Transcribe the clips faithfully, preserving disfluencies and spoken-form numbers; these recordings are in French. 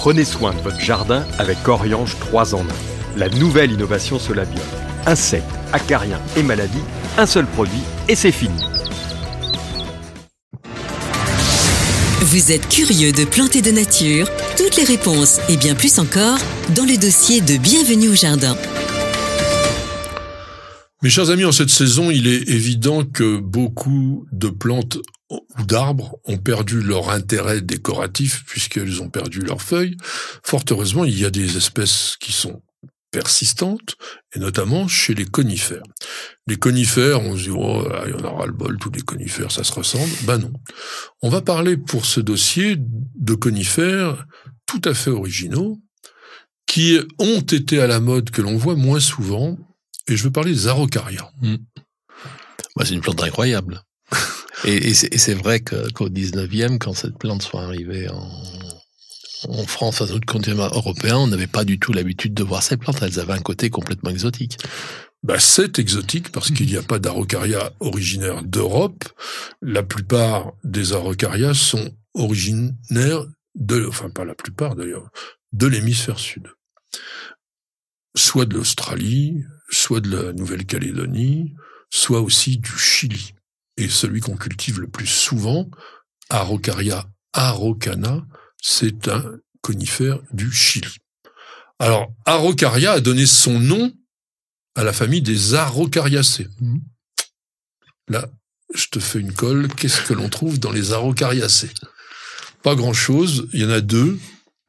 Prenez soin de votre jardin avec Oriange trois en un. La nouvelle innovation Solabiol. Insectes, acariens et maladies, un seul produit et c'est fini. Vous êtes curieux de plantes et de nature? Toutes les réponses et bien plus encore dans le dossier de Bienvenue au Jardin. Mes chers amis, en cette saison, il est évident que beaucoup de plantes ou d'arbres ont perdu leur intérêt décoratif puisqu'elles ont perdu leurs feuilles. Fort heureusement, il y a des espèces qui sont persistantes, et notamment chez les conifères. Les conifères, on se dit, oh, il y en aura le bol, tous les conifères, ça se ressemble. Ben non. On va parler pour ce dossier de conifères tout à fait originaux, qui ont été à la mode, que l'on voit moins souvent, et je veux parler des araucarias. Mmh. Bah, c'est une plante incroyable. et, et, c'est, et c'est vrai que, qu'au dix-neuvième, quand cette plante soit arrivée en, en France, à notre continent européen, on n'avait pas du tout l'habitude de voir ces plantes. Elles avaient un côté complètement exotique. Bah, c'est exotique parce qu'il n'y a pas d'araucaria originaire d'Europe. La plupart des araucarias sont originaires de, enfin pas la plupart d'ailleurs, de l'hémisphère sud. Soit de l'Australie, soit de la Nouvelle-Calédonie, soit aussi du Chili. Et celui qu'on cultive le plus souvent, Araucaria araucana, c'est un conifère du Chili. Alors, Araucaria a donné son nom à la famille des Araucariacées. Mmh. Là, je te fais une colle. Qu'est-ce que l'on trouve dans les Araucariacées? Pas grand-chose. Il y en a deux.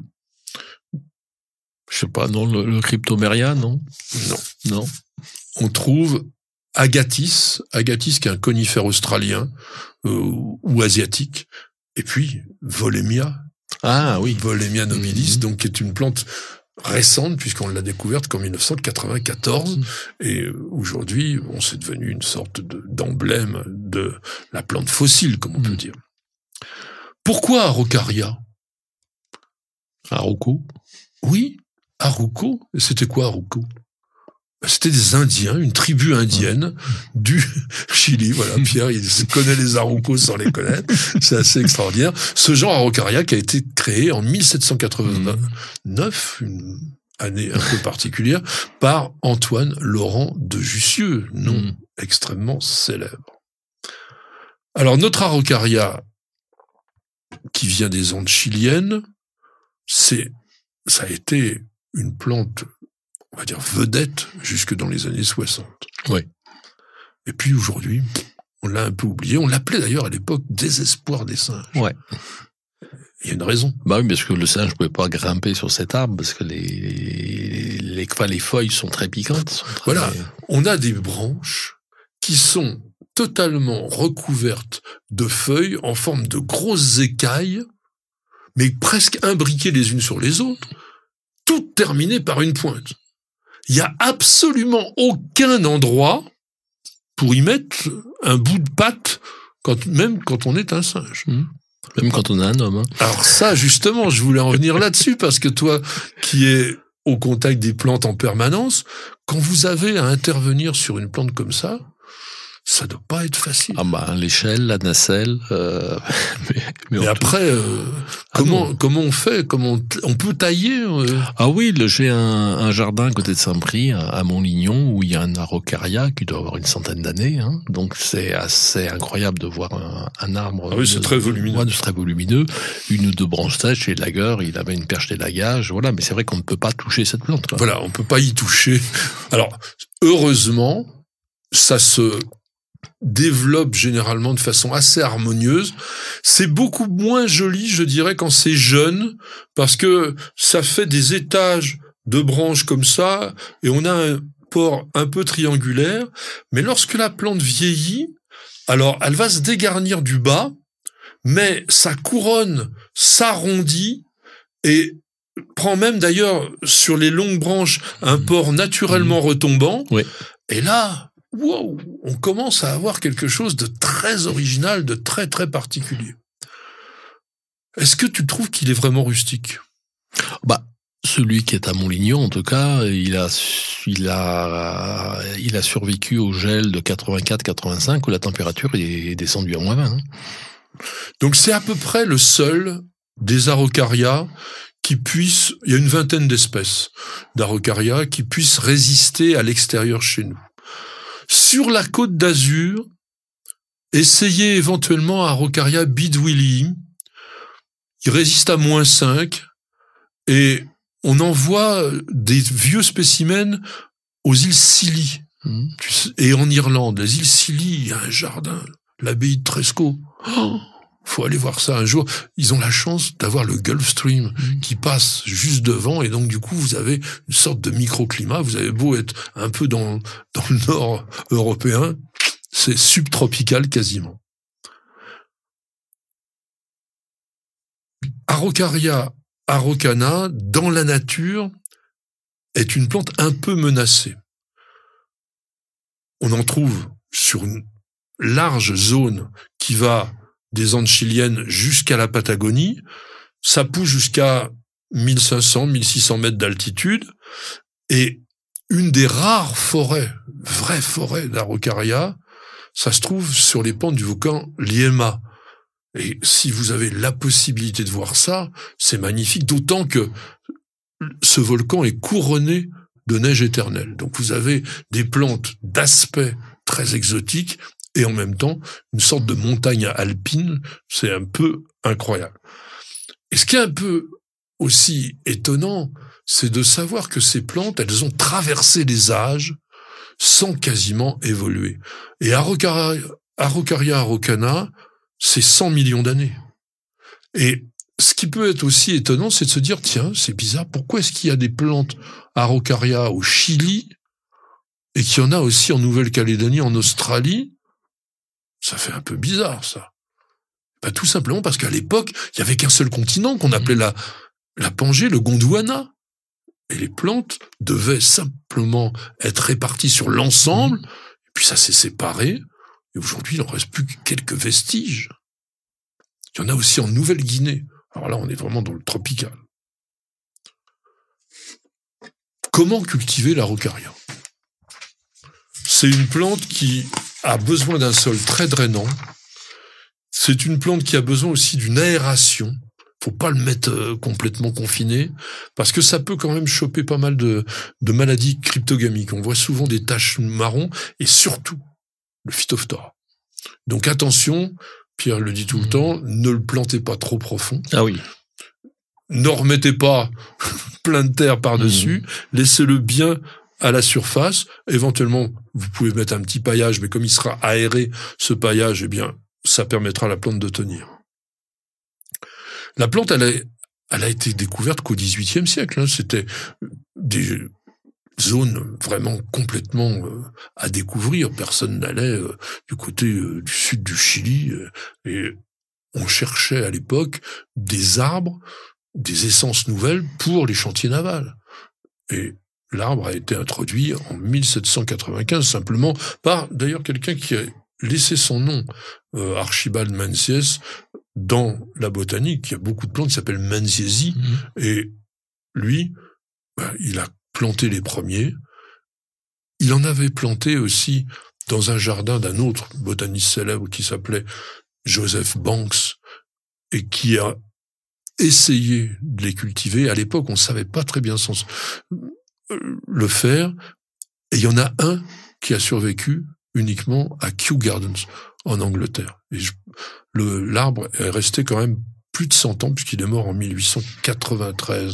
Je sais pas, non, le, le cryptomeria, non? Non. Non. On trouve Agathis, Agathis qui est un conifère australien euh, ou asiatique, et puis Volemia. Ah oui. Volemia nobilis, mmh. donc qui est une plante récente puisqu'on l'a découverte qu'en dix-neuf cent quatre-vingt-quatorze, mmh. et aujourd'hui, on c'est devenu une sorte de, d'emblème de la plante fossile, comme on mmh. peut dire. Pourquoi Araucaria? Arauco? Oui. Arauco, c'était quoi Arauco? C'était des Indiens, une tribu indienne du Chili. Voilà, Pierre, il connaît les Araucos sans les connaître. C'est assez extraordinaire. Ce genre Araucaria qui a été créé en mille sept cent quatre-vingt-neuf, une année un peu particulière, par Antoine Laurent de Jussieu, nom mmh. extrêmement célèbre. Alors, notre Araucaria, qui vient des Andes chiliennes, c'est, ça a été une plante, on va dire, vedette jusque dans les années soixante. Oui. Et puis aujourd'hui, on l'a un peu oublié. On l'appelait d'ailleurs à l'époque désespoir des singes. Ouais. Il y a une raison. Bah oui, parce que le singe ne pouvait pas grimper sur cet arbre, parce que les, les, les, enfin, les feuilles sont très piquantes. Sont très... Voilà. On a des branches qui sont totalement recouvertes de feuilles en forme de grosses écailles, mais presque imbriquées les unes sur les autres, toutes terminées par une pointe. Il n'y a absolument aucun endroit pour y mettre un bout de patte, quand, même quand on est un singe. Mmh. Même quand on est un homme. Hein. Alors ça, justement, je voulais en revenir là-dessus, parce que toi, qui es au contact des plantes en permanence, quand vous avez à intervenir sur une plante comme ça, ça doit pas être facile. Ah bah l'échelle, la nacelle. Euh, mais mais, mais après, euh, ah comment non. comment on fait? Comment on, t- on peut tailler euh... Ah oui, le, j'ai un, un jardin à côté de Saint-Prix, à Montlignon, où il y a un araucaria qui doit avoir une centaine d'années. Hein, donc c'est assez incroyable de voir un, un arbre. Ah oui, c'est de, très volumineux. De, de très volumineux. Une ou deux branches sèches chez Lager, il avait une perche d'élagage. Voilà, mais c'est vrai qu'on ne peut pas toucher cette plante. Quoi. Voilà, on peut pas y toucher. Alors heureusement, ça se développe généralement de façon assez harmonieuse. C'est beaucoup moins joli, je dirais, quand c'est jeune, parce que ça fait des étages de branches comme ça, et on a un port un peu triangulaire, mais lorsque la plante vieillit, alors elle va se dégarnir du bas, mais sa couronne s'arrondit et prend même d'ailleurs sur les longues branches un port naturellement retombant, oui. Et là, wow, on commence à avoir quelque chose de très original, de très très particulier. Est-ce que tu trouves qu'il est vraiment rustique? Bah, celui qui est à Montlignon, en tout cas, il a, il a, il a survécu au gel de quatre-vingt-quatre quatre-vingt-cinq où la température est descendue à moins vingt. Hein. Donc c'est à peu près le seul des araucarias qui puissent, il y a une vingtaine d'espèces d'Araucaria qui puissent résister à l'extérieur chez nous. Sur la côte d'Azur, essayez éventuellement Araucaria bidwillii. Il résiste à moins cinq et on envoie des vieux spécimens aux îles Scilly. Mmh. Et en Irlande, les îles Scilly, il y a un jardin, l'abbaye de Tresco. Oh, faut aller voir ça un jour. Ils ont la chance d'avoir le Gulf Stream mmh. qui passe juste devant et donc du coup vous avez une sorte de microclimat. Vous avez beau être un peu dans, dans le nord européen, c'est subtropical quasiment. Araucaria araucana, dans la nature, est une plante un peu menacée. On en trouve sur une large zone qui va des Andes chiliennes jusqu'à la Patagonie. Ça pousse jusqu'à mille cinq cents, mille six cents mètres d'altitude. Et une des rares forêts, vraies forêts d'Araucaria, ça se trouve sur les pentes du volcan Liema. Et si vous avez la possibilité de voir ça, c'est magnifique, d'autant que ce volcan est couronné de neige éternelle. Donc vous avez des plantes d'aspect très exotique et en même temps une sorte de montagne alpine. C'est un peu incroyable. Et ce qui est un peu aussi étonnant, c'est de savoir que ces plantes, elles ont traversé les âges sans quasiment évoluer. Et Araucaria, Araucaria araucana, c'est cent millions d'années. Et ce qui peut être aussi étonnant, c'est de se dire, tiens, c'est bizarre, pourquoi est-ce qu'il y a des plantes Araucaria au Chili et qu'il y en a aussi en Nouvelle-Calédonie, en Australie? Ça fait un peu bizarre, ça. Ben, tout simplement parce qu'à l'époque, il y avait qu'un seul continent qu'on appelait la, la Pangée, le Gondwana. Et les plantes devaient simplement être réparties sur l'ensemble, et puis ça s'est séparé. Et aujourd'hui, il n'en reste plus que quelques vestiges. Il y en a aussi en Nouvelle-Guinée. Alors là, on est vraiment dans le tropical. Comment cultiver l'Araucaria? C'est une plante qui a besoin d'un sol très drainant. C'est une plante qui a besoin aussi d'une aération. Faut pas le mettre euh, complètement confiné, parce que ça peut quand même choper pas mal de, de maladies cryptogamiques. On voit souvent des taches marron, et surtout le phytophthora. Donc attention, Pierre le dit tout le temps, ne le plantez pas trop profond. Ah oui. Ne remettez pas plein de terre par-dessus, mmh. laissez-le bien à la surface. Éventuellement, vous pouvez mettre un petit paillage, mais comme il sera aéré, ce paillage, eh bien, ça permettra à la plante de tenir. La plante, elle a, elle a été découverte qu'au dix-huitième siècle. Hein. C'était des zones vraiment complètement euh, à découvrir. Personne n'allait euh, du côté euh, du sud du Chili. Euh, et on cherchait à l'époque des arbres, des essences nouvelles pour les chantiers navals. Et l'arbre a été introduit en mille sept cent quatre-vingt-quinze simplement par, d'ailleurs, quelqu'un qui a laissé son nom, euh, Archibald Menzies, dans la botanique. Il y a beaucoup de plantes qui s'appellent Menziesi, mmh. et lui, ben, il a planté les premiers. Il en avait planté aussi dans un jardin d'un autre botaniste célèbre qui s'appelait Joseph Banks, et qui a essayé de les cultiver. À l'époque, on savait pas très bien sans le faire, et il y en a un qui a survécu uniquement à Kew Gardens, en Angleterre. Et je, le, l'arbre est resté quand même plus de cent ans, puisqu'il est mort en mille huit cent quatre-vingt-treize.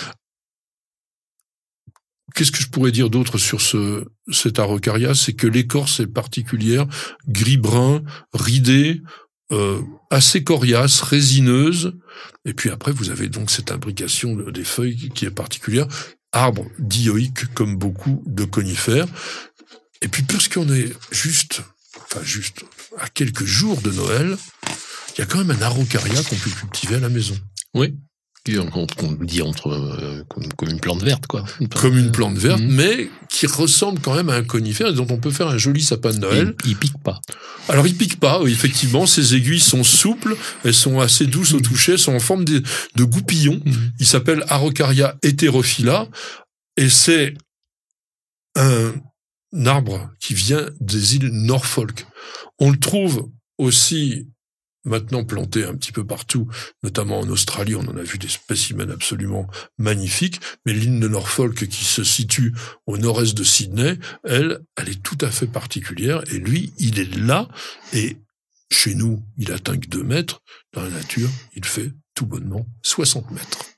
Qu'est-ce que je pourrais dire d'autre sur ce, cet Araucaria? C'est que l'écorce est particulière, gris-brun, ridée, euh, assez coriace, résineuse. Et puis après, vous avez donc cette imbrication des feuilles qui est particulière. Arbre dioïque, comme beaucoup de conifères. Et puis, puisqu'on est juste, enfin juste, à quelques jours de Noël, il y a quand même un Araucaria qu'on peut cultiver à la maison. Oui. On, on dit entre, euh, comme, comme une plante verte, quoi. Une plante comme une plante verte, mmh. mais qui ressemble quand même à un conifère et dont on peut faire un joli sapin de Noël. Il, il pique pas. Alors, il pique pas, oui, effectivement. Ses aiguilles sont souples, elles sont assez douces mmh. au toucher, elles sont en forme de, de goupillons. Mmh. Il s'appelle Araucaria heterophylla, et c'est un arbre qui vient des îles Norfolk. On le trouve aussi maintenant plantés un petit peu partout, notamment en Australie, on en a vu des spécimens absolument magnifiques, mais l'île de Norfolk qui se situe au nord-est de Sydney, elle, elle est tout à fait particulière, et lui, il est là, et chez nous, il atteint que deux mètres, dans la nature, il fait tout bonnement soixante mètres.